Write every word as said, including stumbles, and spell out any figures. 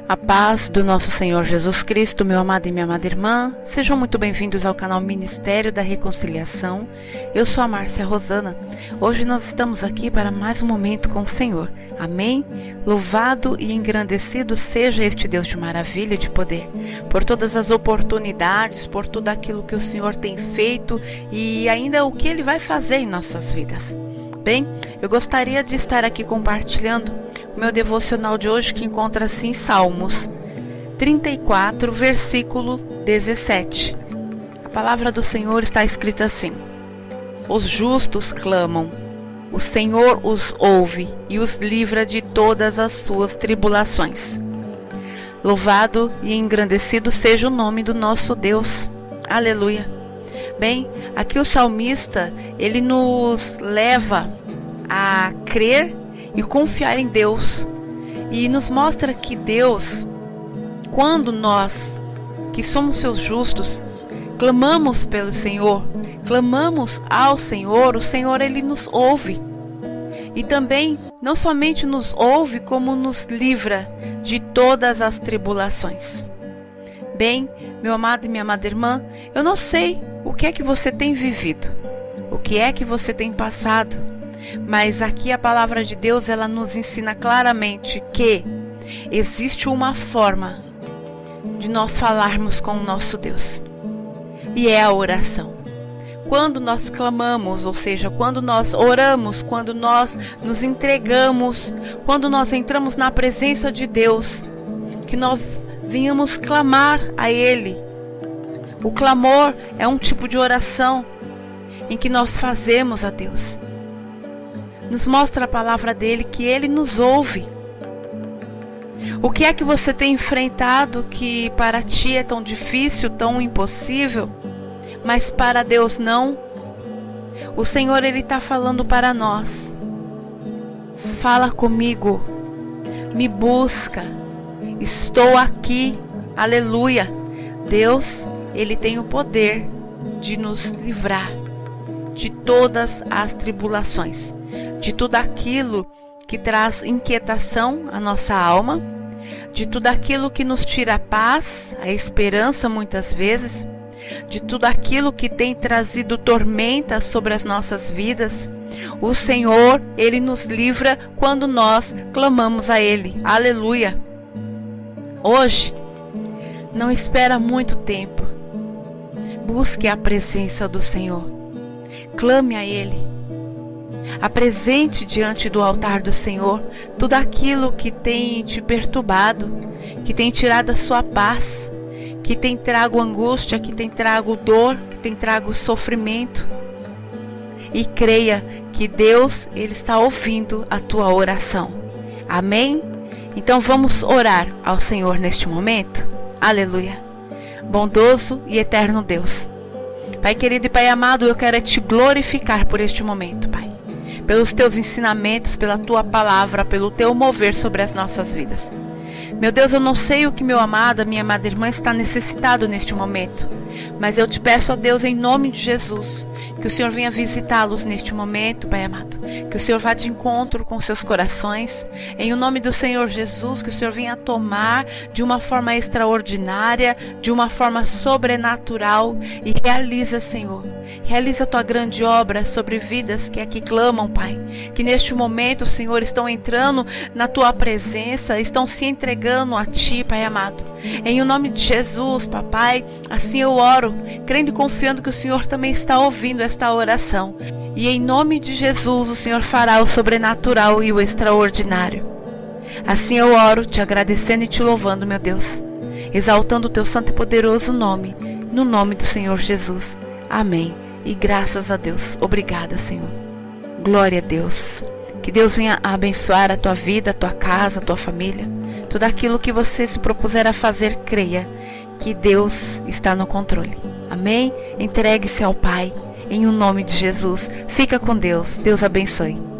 A paz do nosso Senhor Jesus Cristo, meu amado e minha amada irmã, sejam muito bem-vindos ao canal Ministério da Reconciliação. Eu sou a Márcia Rosana. Hoje nós estamos aqui para mais um momento com o Senhor. Amém? Louvado e engrandecido seja este Deus de maravilha e de poder, por todas as oportunidades, por tudo aquilo que o Senhor tem feito e ainda o que Ele vai fazer em nossas vidas. Bem, eu gostaria de estar aqui compartilhando o meu devocional de hoje, que encontra-se em Salmos trinta e quatro, versículo dezessete. A palavra do Senhor está escrita assim: Os justos clamam, o Senhor os ouve e os livra de todas as suas tribulações. Louvado e engrandecido seja o nome do nosso Deus. Aleluia. Bem, aqui o salmista, ele nos leva a crer e confiar em Deus, e nos mostra que Deus, quando nós, que somos seus justos, clamamos pelo Senhor, clamamos ao Senhor, o Senhor ele nos ouve, e também não somente nos ouve, como nos livra de todas as tribulações. Bem, meu amado e minha amada irmã, eu não sei o que é que você tem vivido, o que é que você tem passado, mas aqui a palavra de Deus, ela nos ensina claramente que existe uma forma de nós falarmos com o nosso Deus, e é a oração. Quando nós clamamos, ou seja, quando nós oramos, quando nós nos entregamos, quando nós entramos na presença de Deus, que nós venhamos clamar a Ele. O clamor é um tipo de oração em que nós fazemos a Deus. Nos mostra a palavra dele que ele nos ouve. O que é que você tem enfrentado que para ti é tão difícil, tão impossível, mas para Deus não? O Senhor ele está falando para nós. Fala comigo, me busca, estou aqui, aleluia. Deus, ele tem o poder de nos livrar de todas as tribulações, de tudo aquilo que traz inquietação à nossa alma, de tudo aquilo que nos tira a paz, a esperança muitas vezes, de tudo aquilo que tem trazido tormenta sobre as nossas vidas. O Senhor, ele nos livra quando nós clamamos a Ele. Aleluia! Hoje, não espera muito tempo. Busque a presença do Senhor. Clame a Ele. Apresente diante do altar do Senhor tudo aquilo que tem te perturbado, que tem tirado a sua paz, que tem trago angústia, que tem trago dor, que tem trago sofrimento. E creia que Deus, ele está ouvindo a tua oração. Amém? Então vamos orar ao Senhor neste momento. Aleluia. Bondoso e eterno Deus, Pai querido e Pai amado, eu quero te glorificar por este momento, Pai, pelos teus ensinamentos, pela tua palavra, pelo teu mover sobre as nossas vidas. Meu Deus, eu não sei o que meu amado, minha amada irmã está necessitado neste momento, mas eu te peço a Deus, em nome de Jesus, que o Senhor venha visitá-los neste momento, Pai amado, que o Senhor vá de encontro com seus corações, em o nome do Senhor Jesus, que o Senhor venha tomar de uma forma extraordinária, de uma forma sobrenatural, e realiza, Senhor, realiza a tua grande obra sobre vidas que aqui clamam, Pai, que neste momento, Senhor, estão entrando na tua presença, estão se entregando a ti, Pai amado, em o nome de Jesus, Papai, assim eu oro, crendo e confiando que o Senhor também está ouvindo esta oração, e em nome de Jesus o Senhor fará o sobrenatural e o extraordinário. Assim eu oro, te agradecendo e te louvando, meu Deus, exaltando o teu santo e poderoso nome, no nome do Senhor Jesus. Amém. E graças a Deus. Obrigada, Senhor. Glória a Deus. Que Deus venha abençoar a tua vida, a tua casa, a tua família. Tudo aquilo que você se propuser a fazer, creia que Deus está no controle. Amém? Entregue-se ao Pai, em o nome de Jesus. Fica com Deus. Deus abençoe.